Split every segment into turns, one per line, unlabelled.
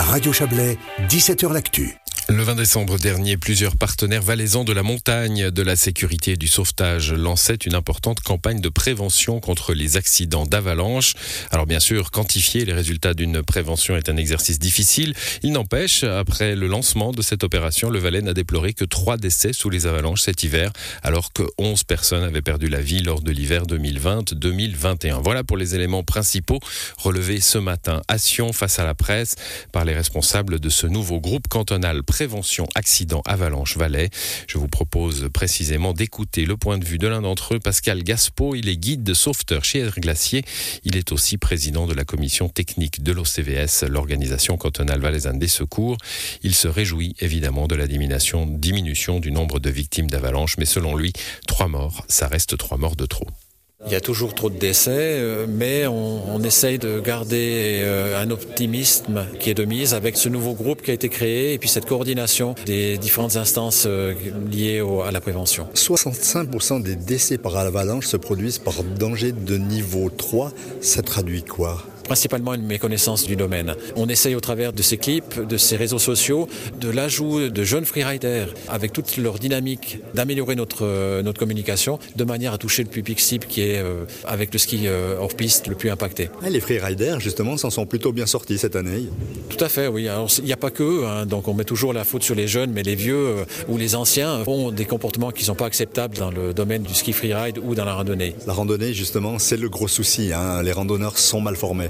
Radio Chablais, 17h l'actu.
Le 20 décembre dernier, plusieurs partenaires valaisans de la montagne, de la sécurité et du sauvetage lançaient une importante campagne de prévention contre les accidents d'avalanche. Alors bien sûr, quantifier les résultats d'une prévention est un exercice difficile. Il n'empêche, après le lancement de cette opération, le Valais n'a déploré que 3 décès sous les avalanches cet hiver, alors que 11 personnes avaient perdu la vie lors de l'hiver 2020-2021. Voilà pour les éléments principaux relevés ce matin à Sion face à la presse par les responsables de ce nouveau groupe cantonal Prévention Accident Avalanche Valais. Je vous propose précisément d'écouter le point de vue de l'un d'entre eux, Pascal Gaspeau. Il est guide de sauveteur chez Air Glacier. Il est aussi président de la commission technique de l'OCVS, l'organisation cantonale valaisanne des secours. Il se réjouit évidemment de la diminution du nombre de victimes d'avalanche, mais selon lui, 3 morts, ça reste 3 morts de trop.
Il y a toujours trop de décès, mais on essaye de garder un optimisme qui est de mise avec ce nouveau groupe qui a été créé et puis cette coordination des différentes instances liées à la prévention.
65% des décès par avalanche se produisent par danger de niveau 3. Ça traduit quoi ?
Principalement une méconnaissance du domaine. On essaye au travers de ces clips, de ces réseaux sociaux, de l'ajout de jeunes freeriders avec toute leur dynamique d'améliorer notre communication de manière à toucher le public cible qui est avec le ski hors-piste le plus impacté.
Les freeriders justement s'en sont plutôt bien sortis cette année.
Tout à fait, oui. Alors, il n'y a pas que eux, donc on met toujours la faute sur les jeunes, mais les vieux ou les anciens ont des comportements qui ne sont pas acceptables dans le domaine du ski freeride ou dans la randonnée.
La randonnée justement, c'est le gros souci, les randonneurs sont mal formés.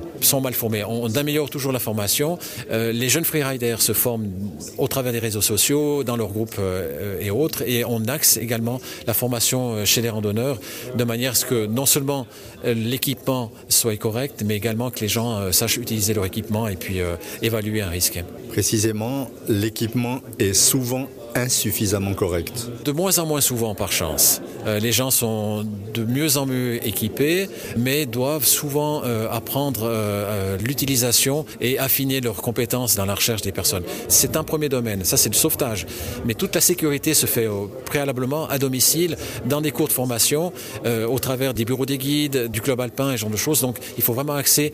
On améliore toujours la formation. Les jeunes freeriders se forment au travers des réseaux sociaux, dans leurs groupes et autres. Et on axe également la formation chez les randonneurs de manière à ce que non seulement l'équipement soit correct, mais également que les gens sachent utiliser leur équipement et puis évaluer un risque.
Précisément, l'équipement est souvent insuffisamment correct.
De moins en moins souvent par chance. Les gens sont de mieux en mieux équipés, mais doivent souvent apprendre l'utilisation et affiner leurs compétences dans la recherche des personnes. C'est un premier domaine, ça c'est le sauvetage. Mais toute la sécurité se fait préalablement à domicile, dans des cours de formation, au travers des bureaux des guides, du club alpin et ce genre de choses. Donc il faut vraiment axer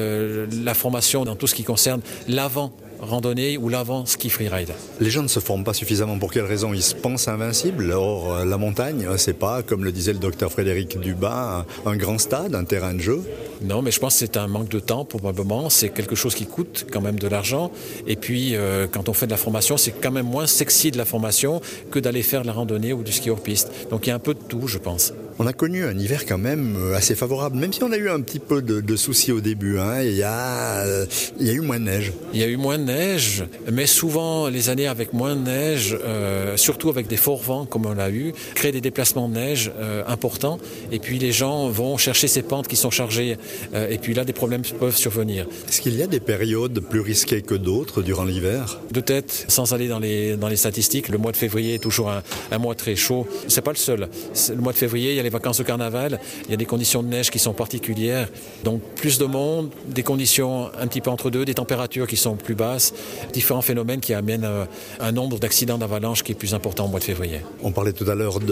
la formation dans tout ce qui concerne l'avant randonnée ou l'avant ski freeride.
Les gens ne se forment pas suffisamment. Pour quelle raison ? Ils se pensent invincibles. Or, la montagne, c'est pas, comme le disait le docteur Frédéric Dubas, un grand stade, un terrain de jeu.
Non, mais je pense que c'est un manque de temps, probablement. C'est quelque chose qui coûte quand même de l'argent. Et puis, quand on fait de la formation, c'est quand même moins sexy de la formation que d'aller faire de la randonnée ou du ski hors piste. Donc, il y a un peu de tout, je pense.
On a connu un hiver quand même assez favorable, même si on a eu un petit peu de soucis au début. Il y a eu moins de neige.
Il y a eu moins de neige, mais souvent les années avec moins de neige, surtout avec des forts vents comme on l'a eu, créent des déplacements de neige importants. Et puis les gens vont chercher ces pentes qui sont chargées. Et puis là, des problèmes peuvent survenir.
Est-ce qu'il y a des périodes plus risquées que d'autres durant l'hiver ?
De tête, sans aller dans les statistiques, le mois de février est toujours un mois très chaud. C'est pas le seul. Le mois de février, il y a les vacances de carnaval, il y a des conditions de neige qui sont particulières. Donc plus de monde, des conditions un petit peu entre deux, des températures qui sont plus basses, différents phénomènes qui amènent un nombre d'accidents d'avalanche qui est plus important au mois de février.
On parlait tout à l'heure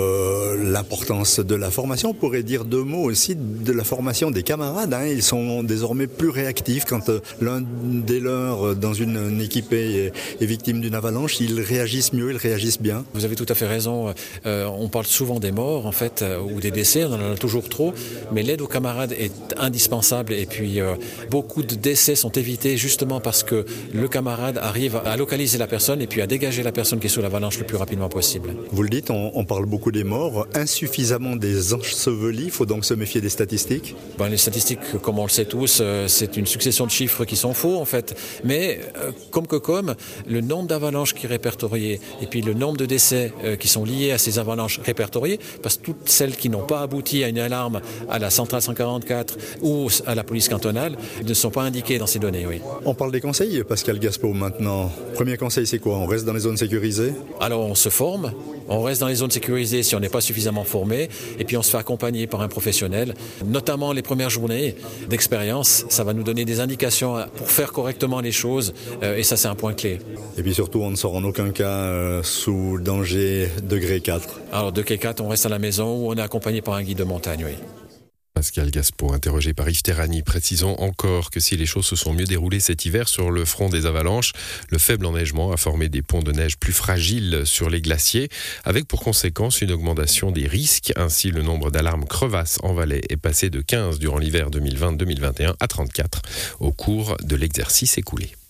de l'importance de la formation. On pourrait dire 2 mots aussi de la formation des camarades. Ils sont désormais plus réactifs quand l'un des leurs dans une équipe est victime d'une avalanche. Ils réagissent mieux, ils réagissent bien.
Vous avez tout à fait raison. On parle souvent des morts en fait ou des décès. On en a toujours trop. Mais l'aide aux camarades est indispensable. Et puis beaucoup de décès sont évités justement parce que le camarade arrive à localiser la personne et puis à dégager la personne qui est sous l'avalanche le plus rapidement possible.
Vous le dites, on parle beaucoup des morts, insuffisamment des ensevelis. Il faut donc se méfier des statistiques.
Les statistiques, comme on le sait tous, c'est une succession de chiffres qui sont faux en fait. Mais comme le nombre d'avalanches qui est répertorié et puis le nombre de décès qui sont liés à ces avalanches répertoriées, parce que toutes celles qui n'ont pas abouti à une alarme à la centrale 144 ou à la police cantonale ne sont pas indiquées dans ces données. Oui.
On parle des conseils, Pascal Gaspeau, maintenant. Premier conseil, c'est quoi ? On reste dans les zones sécurisées ?
Alors on se forme, on reste dans les zones sécurisées si on n'est pas suffisamment formé et puis on se fait accompagner par un professionnel, notamment les premières journées d'expérience. Ça va nous donner des indications pour faire correctement les choses et ça c'est un point clé.
Et puis surtout on ne sort en aucun cas sous danger degré 4.
Alors degré 4, on reste à la maison ou on est accompagné par un guide de montagne, oui.
Pascal Gaspo, interrogé par Yves Terrani. Précisons encore que si les choses se sont mieux déroulées cet hiver sur le front des avalanches, le faible enneigement a formé des ponts de neige plus fragiles sur les glaciers, avec pour conséquence une augmentation des risques. Ainsi, le nombre d'alarmes crevasses en Valais est passé de 15 durant l'hiver 2020-2021 à 34 au cours de l'exercice écoulé.